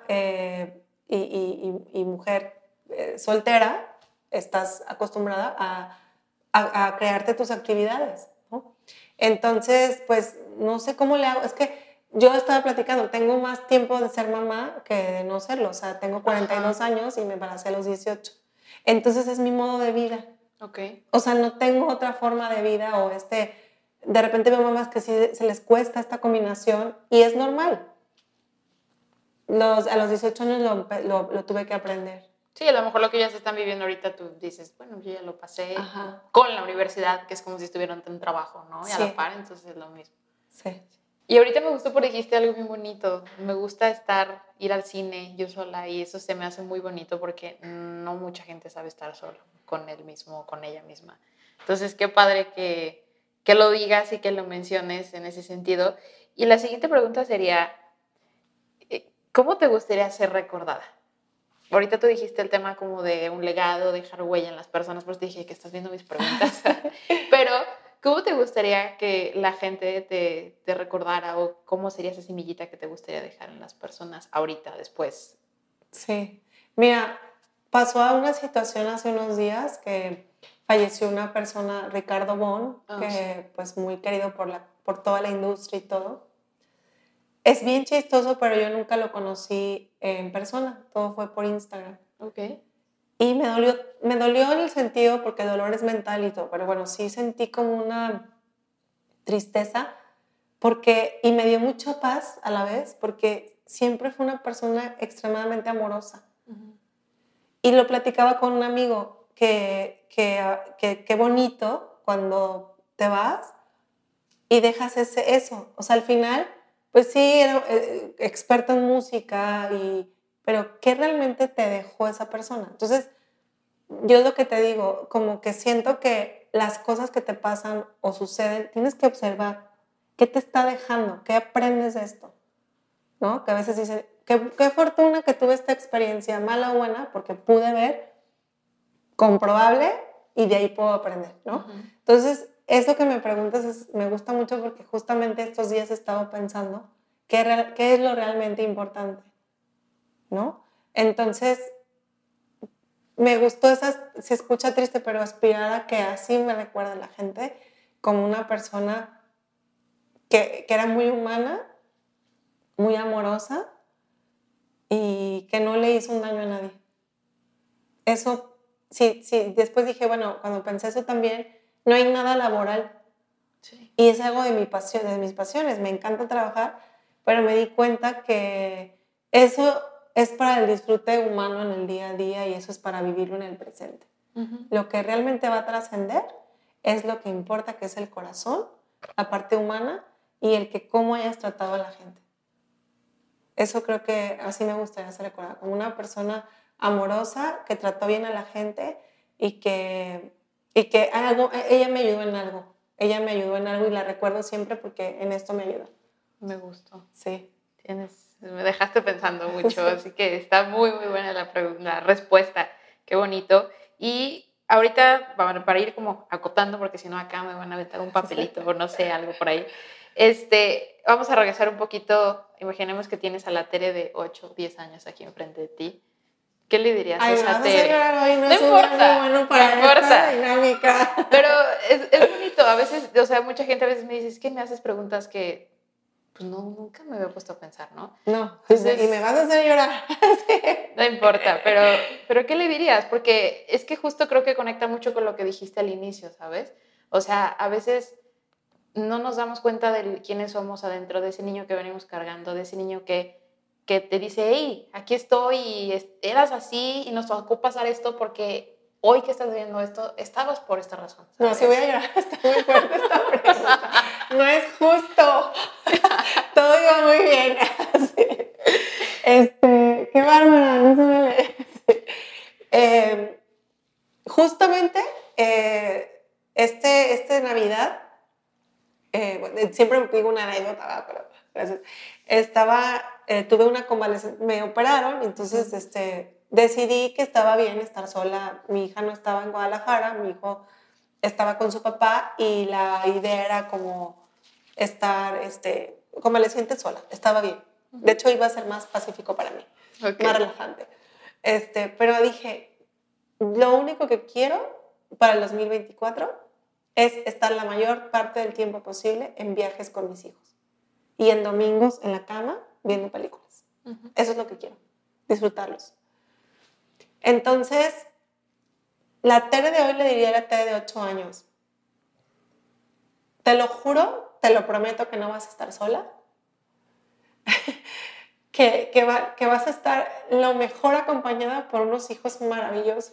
y mujer soltera, estás acostumbrada a crearte tus actividades, ¿no? Entonces, pues, no sé cómo le hago, es que yo estaba platicando, tengo más tiempo de ser mamá que de no serlo, o sea, tengo 42 años y me embaracé a los 18. Entonces es mi modo de vida. Okay. O sea, no tengo otra forma de vida o de repente veo mamás que sí se les cuesta esta combinación y es normal. A los 18 años lo tuve que aprender. Sí, a lo mejor lo que ellas están viviendo ahorita tú dices, bueno, yo ya lo pasé con la universidad, que es como si estuvieran en un trabajo, ¿no? Y a la par, entonces es lo mismo. Sí. Y ahorita me gustó porque dijiste algo bien bonito. Me gusta ir al cine yo sola y eso se me hace muy bonito porque no mucha gente sabe estar solo con él mismo, con ella misma. Entonces, qué padre que lo digas y que lo menciones en ese sentido. Y la siguiente pregunta sería, ¿cómo te gustaría ser recordada? ahorita tú dijiste el tema como de un legado, dejar huella en las personas, por eso te dije que estás viendo mis preguntas. Pero, ¿cómo te gustaría que la gente te recordara o cómo sería esa semillita que te gustaría dejar en las personas ahorita, después? Sí, mira, pasó a una situación hace unos días que falleció una persona, Ricardo Bon, que pues muy querido por toda la industria y todo. Es bien chistoso, pero yo nunca lo conocí en persona, todo fue por Instagram. Okay. Y me dolió en el sentido, porque el dolor es mental y todo, pero bueno, sí sentí como una tristeza, y me dio mucha paz a la vez, porque siempre fue una persona extremadamente amorosa. Uh-huh. Y lo platicaba con un amigo que qué bonito cuando te vas y dejas eso. O sea, al final, pues sí, era experto en música, pero ¿qué realmente te dejó esa persona? Entonces, yo lo que te digo, como que siento que las cosas que te pasan o suceden, tienes que observar qué te está dejando, qué aprendes de esto, ¿no? Que a veces dicen, qué fortuna que tuve esta experiencia, mala o buena, porque pude ver, comprobable, y de ahí puedo aprender, ¿no? Uh-huh. Entonces, eso que me preguntas me gusta mucho, porque justamente estos días he estado pensando qué es lo realmente importante, ¿no? Entonces, me gustó se escucha triste, pero aspirar a que así me recuerde la gente, como una persona que era muy humana, muy amorosa y que no le hizo un daño a nadie. Eso, sí, después dije, bueno, cuando pensé eso también, no hay nada laboral. Sí. Y es algo de mis pasiones, me encanta trabajar, pero me di cuenta que eso es para el disfrute humano en el día a día y eso es para vivirlo en el presente. Uh-huh. Lo que realmente va a trascender es lo que importa, que es el corazón, la parte humana y el que cómo hayas tratado a la gente. Eso creo que así me gustaría ser recordada, como una persona amorosa que trató bien a la gente y que ella me ayudó en algo. Ella me ayudó en algo y la recuerdo siempre porque en esto me ayudó. Me gustó. Sí. Me dejaste pensando mucho, así que está muy, muy buena la respuesta. Qué bonito. Y ahorita, para ir como acotando, porque si no acá me van a aventar un papelito o no sé, algo por ahí. Vamos a regresar un poquito. Imaginemos que tienes a la Tere de 8, 10 años aquí enfrente de ti. ¿Qué le dirías a esa Tere? No importa, bueno para no importa. Esta dinámica. Pero es bonito. A veces, o sea, mucha gente a veces me dice, es que me haces preguntas que pues no, nunca me había puesto a pensar, ¿no? No, entonces, y me vas a hacer llorar. Sí. No importa, pero ¿qué le dirías? Porque es que justo creo que conecta mucho con lo que dijiste al inicio, ¿sabes? O sea, a veces no nos damos cuenta de quiénes somos adentro de ese niño que venimos cargando, de ese niño que te dice, hey, aquí estoy, y eras así y nos tocó pasar esto porque hoy que estás viendo esto, estabas por esta razón, ¿sabes? No, si voy a llorar, está muy fuerte esta pregunta. No es justo. Todo iba muy bien. Sí. Qué bárbara, no se me lee. Justamente, Navidad, siempre digo una anécdota, pero gracias. Tuve una convalecencia, me operaron, entonces decidí que estaba bien estar sola. Mi hija no estaba en Guadalajara, mi hijo estaba con su papá y la idea era como estar convaleciente sola, estaba bien. De hecho, iba a ser más pacífico para mí, más relajante. Pero dije, lo único que quiero para el 2024 es estar la mayor parte del tiempo posible en viajes con mis hijos y en domingos en la cama viendo películas. Uh-huh. Eso es lo que quiero, disfrutarlos. Entonces, la Tere de hoy le diría a la Tere de 8 años, te lo juro, te lo prometo que no vas a estar sola, que vas a estar lo mejor acompañada por unos hijos maravillosos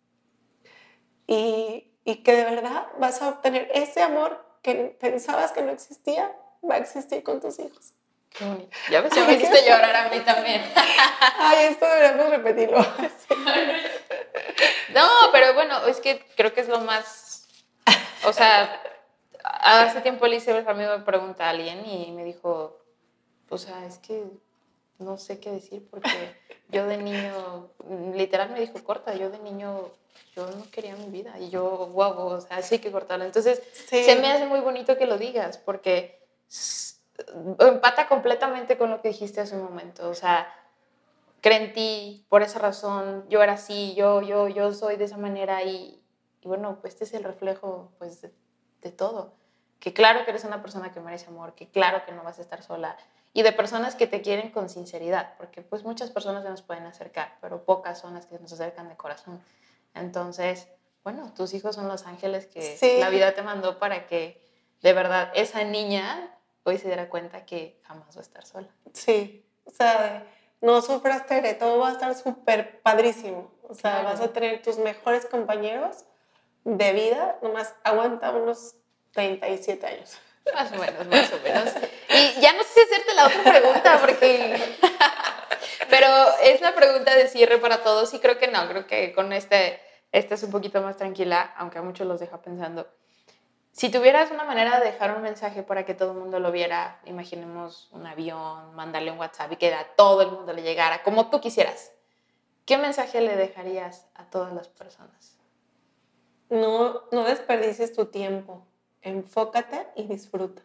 y que de verdad vas a obtener ese amor que pensabas que no existía, va a existir con tus hijos. Qué bonito. Ya ves, me hiciste llorar a mí también. Ay, esto deberíamos repetirlo. No, pero bueno, es que creo que es lo más... O sea, hace tiempo Elizabeth a mí me pregunta a alguien y me dijo, o sea, es que no sé qué decir porque yo de niño, literal me dijo, corta, yo de niño, yo no quería mi vida y yo, wow, o sea, sí que cortarla. Entonces, se me hace muy bonito que lo digas porque empata completamente con lo que dijiste hace un momento, o sea, cree en ti, por esa razón, yo era así, yo soy de esa manera y bueno, pues este es el reflejo pues de todo. Que claro que eres una persona que merece amor, que claro que no vas a estar sola y de personas que te quieren con sinceridad, porque pues muchas personas se nos pueden acercar, pero pocas son las que nos acercan de corazón. Entonces, bueno, tus hijos son los ángeles que la vida te mandó para que de verdad esa niña hoy se diera cuenta que jamás va a estar sola. Sí, o sea, no sufras, Tere, todo va a estar súper padrísimo. O sea, vas a tener tus mejores compañeros de vida, nomás aguanta unos 37 años. Más o menos. Y ya no sé si hacerte la otra pregunta, porque... Pero es la pregunta de cierre para todos y creo que con esta es un poquito más tranquila, aunque a muchos los deja pensando. Si tuvieras una manera de dejar un mensaje para que todo el mundo lo viera, imaginemos un avión, mandarle un WhatsApp y que a todo el mundo le llegara, como tú quisieras, ¿qué mensaje le dejarías a todas las personas? No desperdicies tu tiempo. Enfócate y disfruta.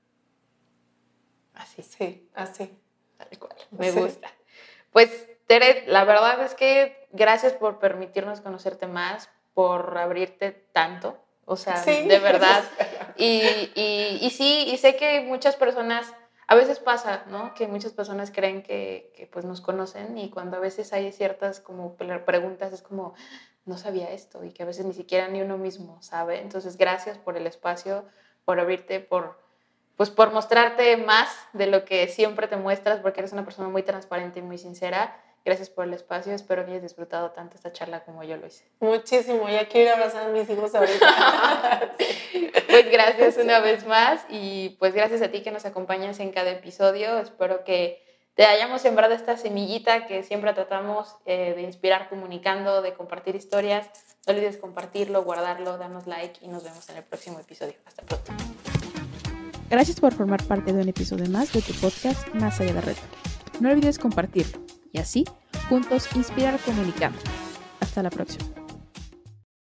Así. Sí, así. Tal cual. Me gusta. Pues, Tere, la verdad es que gracias por permitirnos conocerte más, por abrirte tanto. O sea, de verdad. Y sí, y sé que muchas personas, a veces pasa, ¿no? Que muchas personas creen que pues nos conocen y cuando a veces hay ciertas como preguntas es como, no sabía esto y que a veces ni siquiera ni uno mismo sabe. Entonces, gracias por el espacio, por abrirte, por mostrarte más de lo que siempre te muestras, porque eres una persona muy transparente y muy sincera. Gracias por el espacio. Espero que hayas disfrutado tanto esta charla como yo lo hice. Muchísimo. Ya quiero ir a abrazar a mis hijos ahorita. Pues gracias una vez más y pues gracias a ti que nos acompañas en cada episodio. Espero que te hayamos sembrado esta semillita que siempre tratamos de inspirar comunicando, de compartir historias. No olvides compartirlo, guardarlo, darnos like y nos vemos en el próximo episodio. Hasta pronto. Gracias por formar parte de un episodio más de tu podcast Más Allá del Reto. No olvides compartirlo y así, juntos, inspirar comunicando. Hasta la próxima.